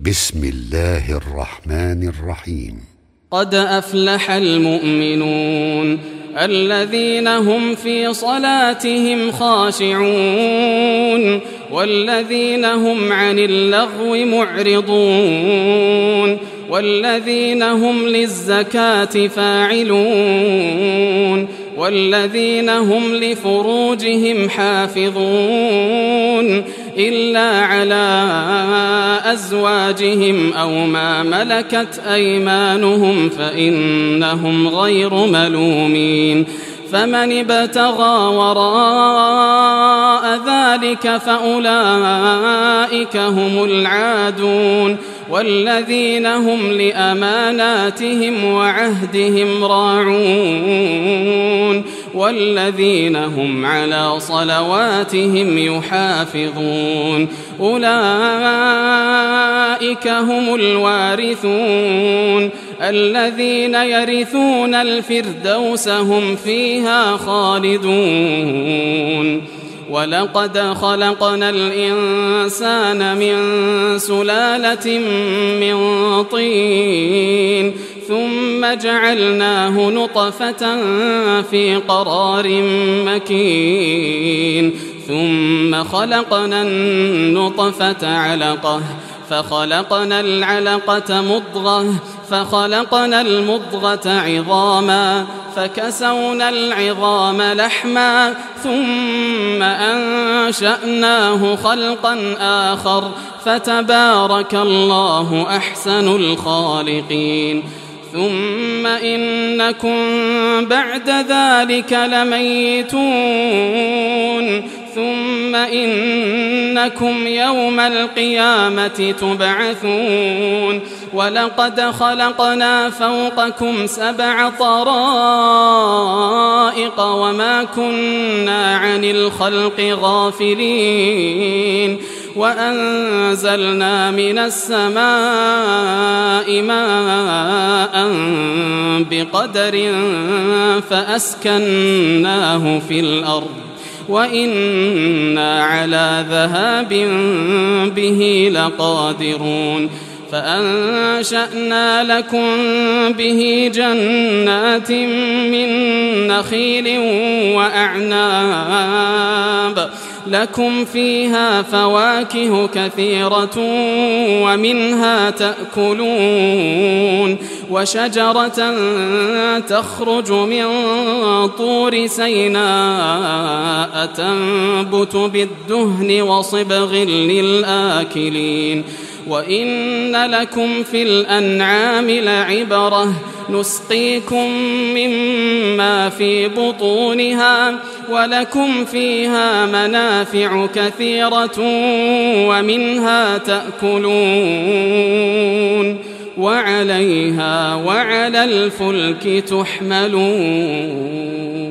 بسم الله الرحمن الرحيم. قد أفلح المؤمنون الذين هم في صلاتهم خاشعون والذين هم عن اللغو معرضون والذين هم للزكاة فاعلون والذين هم لفروجهم حافظون إلا على أزواجهم أو ما ملكت أيمانهم فإنهم غير ملومين فمن ابتغى وراء ذلك فأولئك هم العادون والذين هم لأماناتهم وعهدهم راعون والذين هم على صلواتهم يحافظون أولئك هم الوارثون الذين يرثون الفردوس هم فيها خالدون ولقد خلقنا الإنسان من سلالة من طين ثم جعلناه نطفة في قرار مكين ثم خلقنا النطفة علقة فخلقنا العلقة مضغة فخلقنا المضغة عظاما فكسونا العظام لحما ثم أنشأناه خلقا آخر فتبارك الله أحسن الخالقين ثم إنكم بعد ذلك لميتون ثم إنكم يوم القيامة تبعثون ولقد خلقنا فوقكم 7 طرائق وما كنا عن الخلق غافلين وأنزلنا من السماء ماء بقدر فأسكناه في الأرض وإنا على ذهاب به لقادرون فأنشأنا لكم به جنات من نخيل وأعناب لكم فيها فواكه كثيرة ومنها تأكلون وشجرة تخرج من طور سيناء تنبت بالدهن وصبغ للآكلين وإن لكم في الأنعام لعبرة نسقيكم مما في بطونها ولكم فيها منافع كثيرة ومنها تأكلون وعليها وعلى الفلك تحملون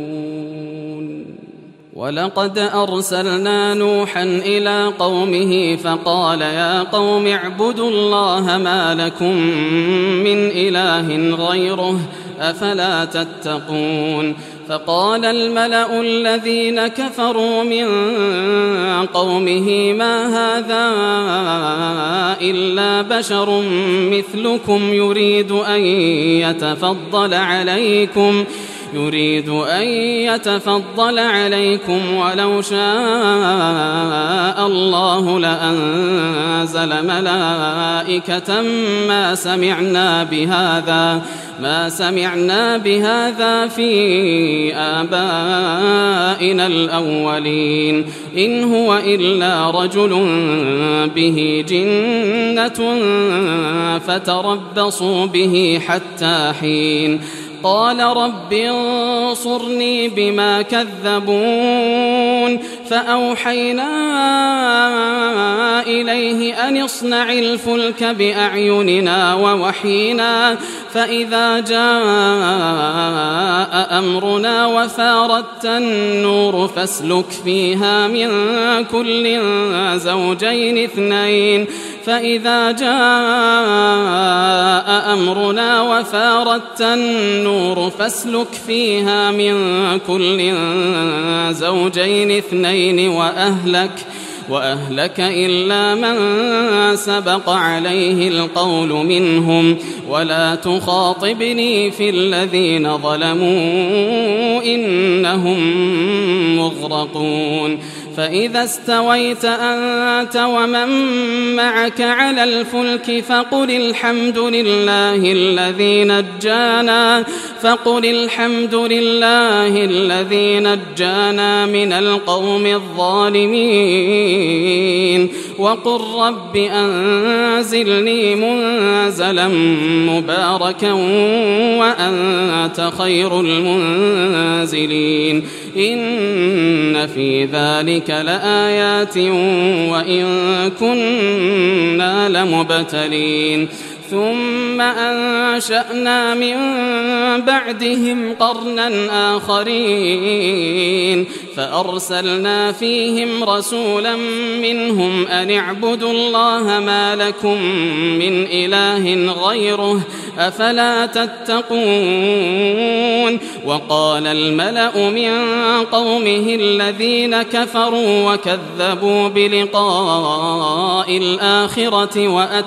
ولقد أرسلنا نوحا إلى قومه فقال يا قوم اعبدوا الله ما لكم من إله غيره أفلا تتقون فقال الملأ الذين كفروا من قومه ما هذا إلا بشر مثلكم يريد أن يتفضل عليكم ولو شاء الله لأنزل ملائكة ما سمعنا بهذا في آبائنا الأولين إن هو إلا رجل به جنة فتربصوا به حتى حين قال رب انصرني بما كذبون فأوحينا إليه أن اصنع الفلك بأعيننا ووحينا فإذا جاء أمرنا وفاردت النور فاسلك فيها من كل زوجين اثنين فإذا جاء أمرنا وفاردت النور فاسلك فيها من كل زوجين اثنين وأهلك إلا من سبق عليه القول منهم ولا تخاطبني في الذين ظلموا إنهم مغرقون فإذا استويت أنت ومن معك على الفلك فقل الحمد لله الذي نجانا من القوم الظالمين وقل رب أنزلني منزلا مباركا وأنت خير المنزلين إن في ذلك لآيات وإن كنا لمبتلين ثم أنشأنا من بعدهم قرنا آخرين فأرسلنا فيهم رسولا منهم أن اعبدوا الله ما لكم من إله غيره أفلا تتقون وقال الملأ من قومه الذين كفروا وكذبوا بلقاء الآخرة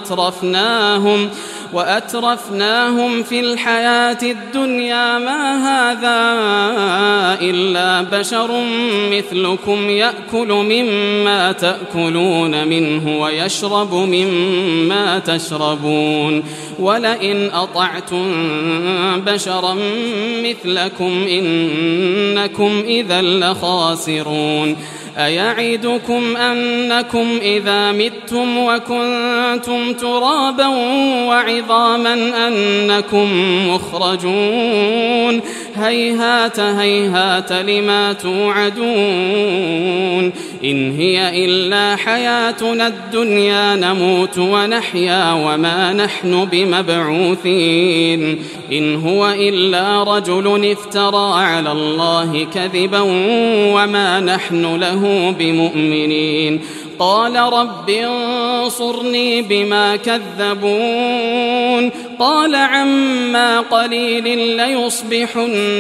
وأترفناهم في الحياة الدنيا ما هذا إلا بشر مثلكم يأكل مما تأكلون منه ويشرب مما تشربون ولئن أطعتم بشرا مثلكم إنكم إذا لخاسرون أيعدكم أنكم إذا متم وكنتم ترابا وعظاما أنكم مخرجون هيهات هيهات لما توعدون إن هي إلا حياتنا الدنيا نموت ونحيا وما نحن بمبعوثين إن هو إلا رجل افترى على الله كذبا وما نحن له بمؤمنين قال رب انصرني بما كذبون قال عما قليل ليصبحن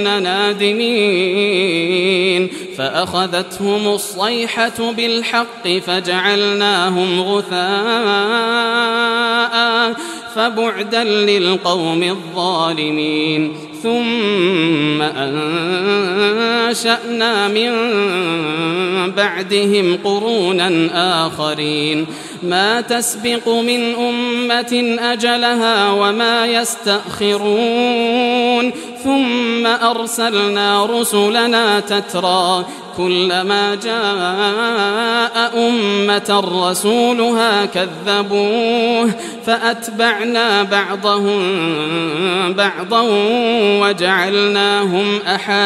نادمين فأخذتهم الصيحة بالحق فجعلناهم غثاء فبعدا للقوم الظالمين ثم أنشأنا من بعدهم قرونا آخرين ما تسبق من أمة أجلها وما يستأخرون ثم أرسلنا رسلنا تترى كلما جاء أمة رسولها كذبوه فأتبعنا بعضهم بعضا وجعلناهم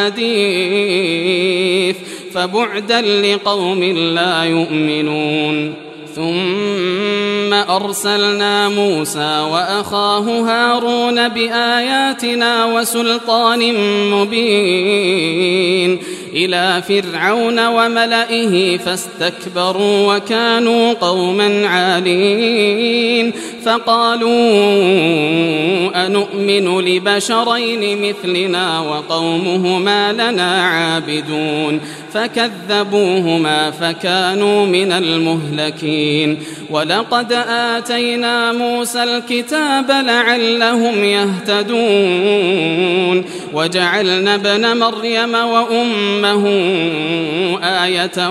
أحاديث فبعدا لقوم لا يؤمنون ثم أرسلنا موسى وأخاه هارون بآياتنا وسلطان مبين إلى فرعون وملئه فاستكبروا وكانوا قوما عالين فقالوا أنؤمن لبشرين مثلنا وقومهما لنا عابدون فكذبوهما فكانوا من المهلكين ولقد آتينا موسى الكتاب لعلهم يهتدون وجعلنا ابن مريم وأمه آية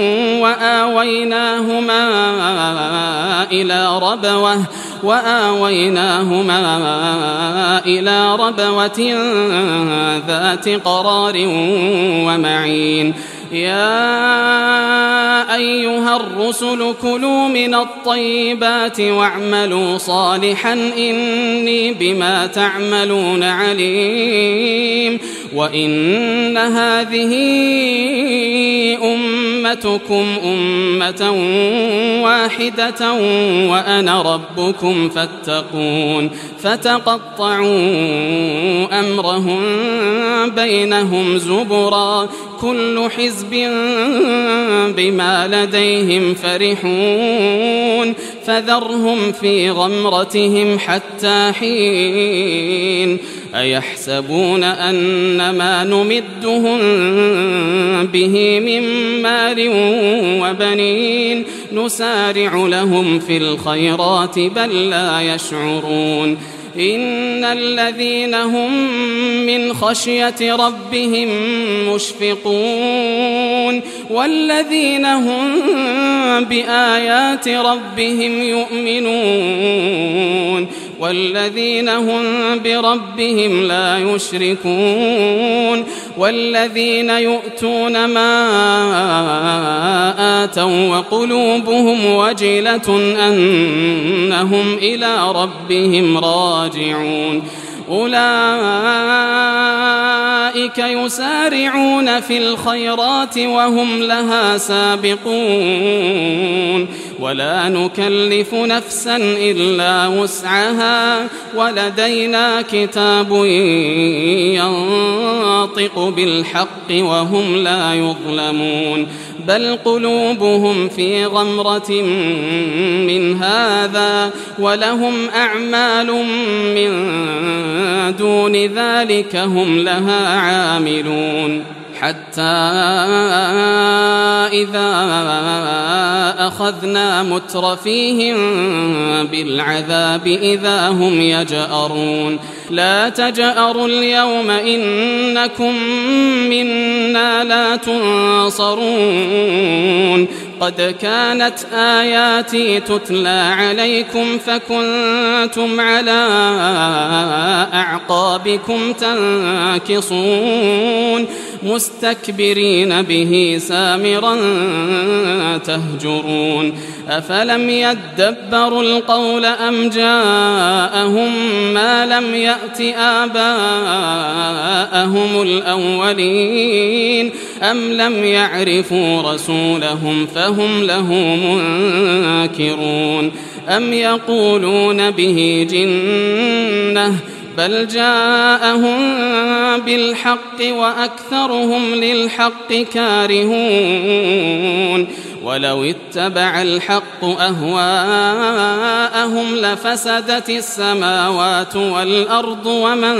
وآويناهما إلى ربوة ذات قرار ومعين يا أيها الرسل كلوا من الطيبات واعملوا صالحا إني بما تعملون عليم وإن هذه أمتكم أمة واحدة وأنا ربكم فاتقون فتقطعوا أمرهم بينهم زبرا وكل حزب بما لديهم فرحون فذرهم في غمرتهم حتى حين أيحسبون أن ما نمدهم به من مال وبنين نسارع لهم في الخيرات بل لا يشعرون إن الذين هم من خشية ربهم مشفقون والذين هم بآيات ربهم يؤمنون والذين هم بربهم لا يشركون والذين يؤتون ما آتوا وقلوبهم وجلة أنهم إلى ربهم راجعون أولئك يسارعون في الخيرات وهم لها سابقون ولا نكلف نفسا إلا وسعها ولدينا كتاب ينطق بالحق وهم لا يظلمون بل قلوبهم في غمرة من هذا ولهم أعمال من دون ذلك هم لها عاملون حتى إذا أخذنا مترفيهم بالعذاب إذا هم يجأرون لا تجأروا اليوم إنكم منا لا تنصرون قد كانت آياتي تتلى عليكم فكنتم على أعقابكم تنكصون مستكبرين به سامرا تهجرون أفلم يدبروا القول أم جاءهم ما لم يأت آباءهم الأولين أم لم يعرفوا رسولهم فهم له منكرون أم يقولون به جنة بل جاءهم بالحق وأكثرهم للحق كارهون ولو اتبع الحق أهواءهم لفسدت السماوات والأرض ومن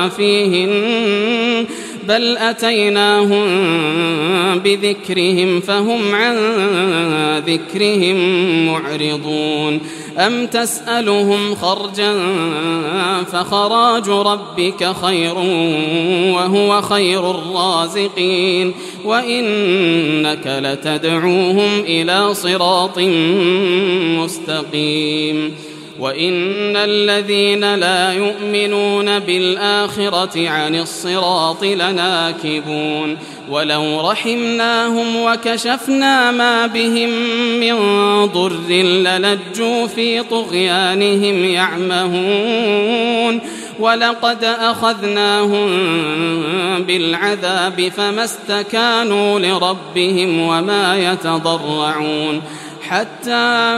فيهن بل أتيناهم بذكرهم فهم عن ذكرهم معرضون أم تسألهم خرجا فخراج ربك خير وهو خير الرازقين وإنك لتدعوهم إلى صراط مستقيم وإن الذين لا يؤمنون بالآخرة عن الصراط لناكبون ولو رحمناهم وكشفنا ما بهم من ضر للجوا في طغيانهم يعمهون ولقد أخذناهم بالعذاب فما استكانوا لربهم وما يتضرعون حتى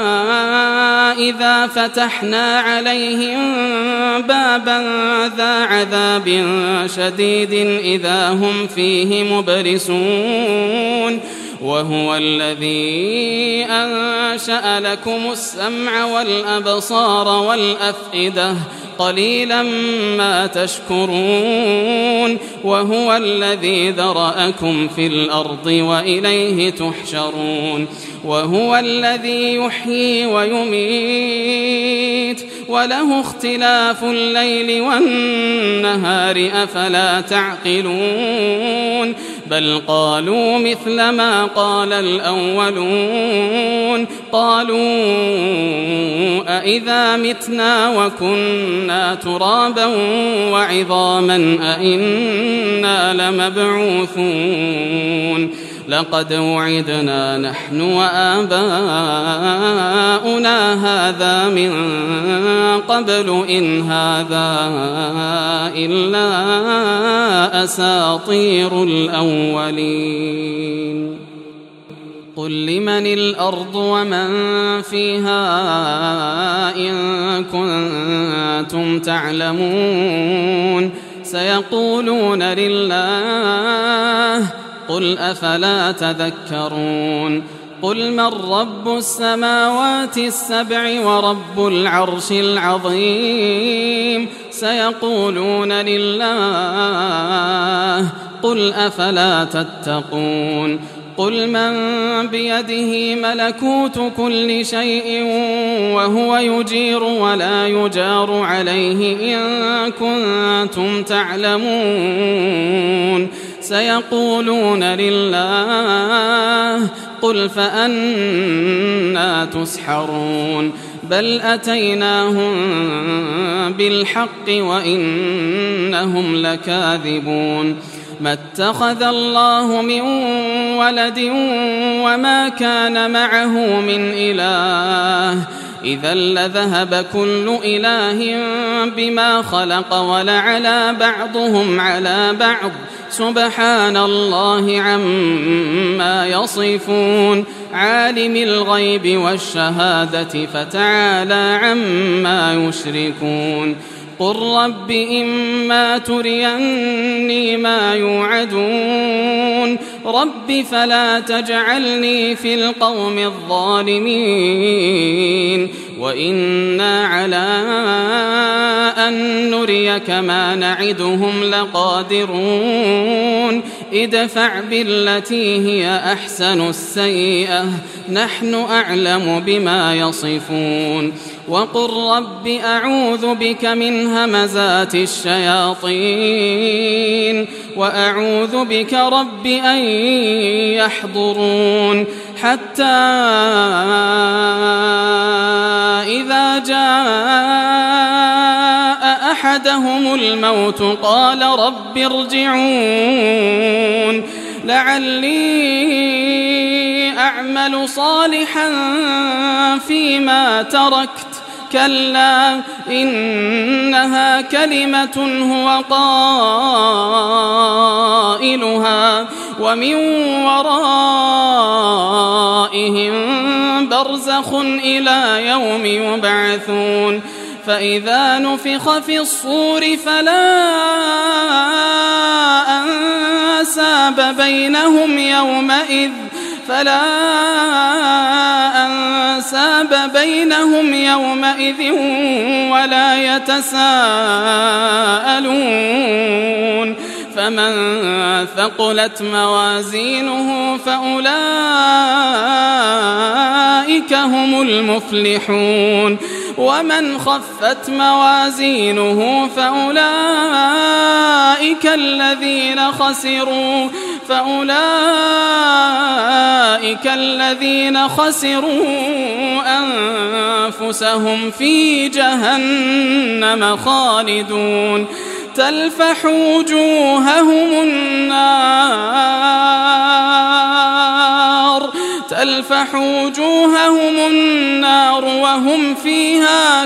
إذا فتحنا عليهم بابا ذا عذاب شديد إذا هم فيه مبلسون وهو الذي أنشأ لكم السمع والأبصار والأفئدة قليلا ما تشكرون وهو الذي ذرأكم في الأرض وإليه تحشرون وهو الذي يحيي ويميت وله اختلاف الليل والنهار أفلا تعقلون بل قالوا مثل ما قال الأولون قالوا أإذا متنا وكنا ترابا وعظاما أإنا لمبعوثون لقد وعدنا نحن وآباؤنا هذا من قبل إن هذا إلا أساطير الأولين قل لمن الأرض ومن فيها إن كنتم تعلمون سيقولون لله قل أفلا تذكرون قل من رب السماوات السبع ورب العرش العظيم سيقولون لله قل أفلا تتقون قل من بيده ملكوت كل شيء وهو يجير ولا يجار عليه إن كنتم تعلمون سيقولون لله قل فأنى تسحرون بل أتيناهم بالحق وإنهم لكاذبون ما اتخذ الله من ولد وما كان معه من إله إذا لذهب كل إله بما خلق ولعلى بعضهم على بعض سبحان الله عما يصفون عالم الغيب والشهادة فتعالى عما يشركون قل رب إما تريني ما يوعدون رب فلا تجعلني في القوم الظالمين وإنا على أن نريك ما نعدهم لقادرون ادفع بالتي هي أحسن السيئة نحن أعلم بما يصفون وقل رب أعوذ بك من همزات الشياطين وأعوذ بك رب أن يحضرون حتى إذا جاء أحدهم الموت قال رب ارجعون لعلي أعمل صالحا فيما تركت كلا إنها كلمة هو قائلها ومن ورائهم برزخ إلى يوم يبعثون فإذا نفخ في الصور فلا أنساب بينهم يومئذ ولا يتساءلون فمن ثقلت موازينه فأولئك هم المفلحون ومن خفت موازينه فأولئك الذين خسروا أنفسهم في جهنم خالدون تلفح وجوههم النار وهم فيها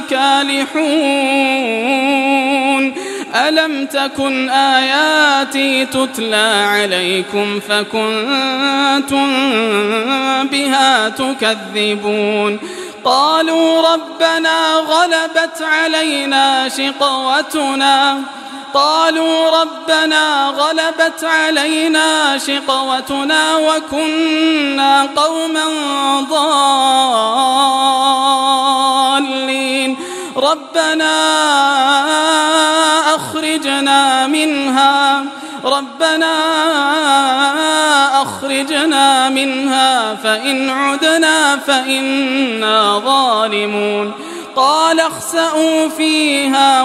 كالحون ألم تكن آياتي تتلى عليكم فكنتم بها تكذبون قالوا ربنا غلبت علينا شقوتنا وكنا قوما ضالين ربنا أخرجنا منها فإن عدنا فإنا ظالمون قال اخسئوا فيها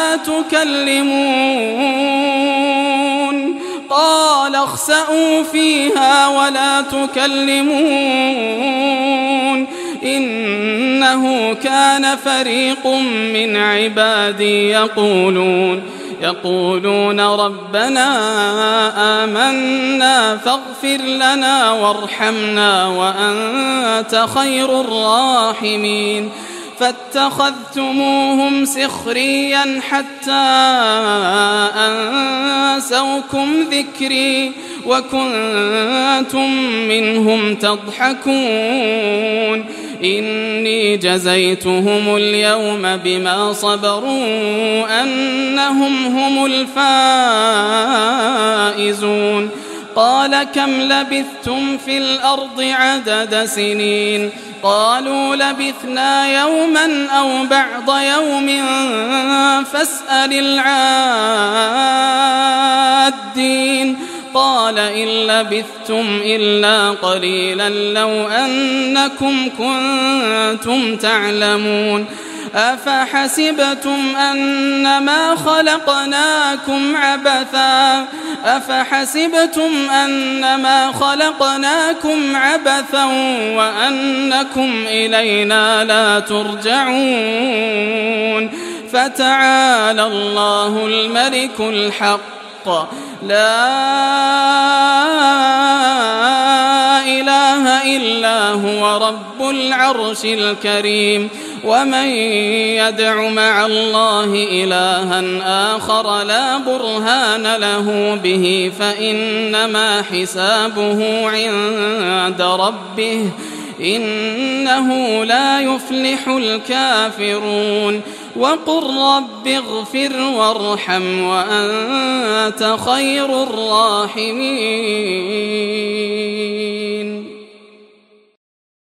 ولا تكلمون إنه كان فريق من عبادي يقولون ربنا آمنا فاغفر لنا وارحمنا وأنت خير الراحمين فاتخذتموهم سخريا حتى أنسوكم ذكري وكنتم منهم تضحكون إني جزيتهم اليوم بما صبروا أنهم هم الفائزون قال كم لبثتم في الأرض عدد سنين قالوا لبثنا يوما أو بعض يوم فاسأل العادين قال إن لبثتم إلا قليلا لو أنكم كنتم تعلمون أفحسبتم أنما خلقناكم عبثا وأنكم إلينا لا ترجعون فتعالى الله الملك الحق لا إله إلا هو رب العرش الكريم ومن يدع مع الله إلها آخر لا برهان له به فإنما حسابه عند ربه إنه لا يفلح الكافرون وقل رب اغفر وارحم وأنت خير الراحمين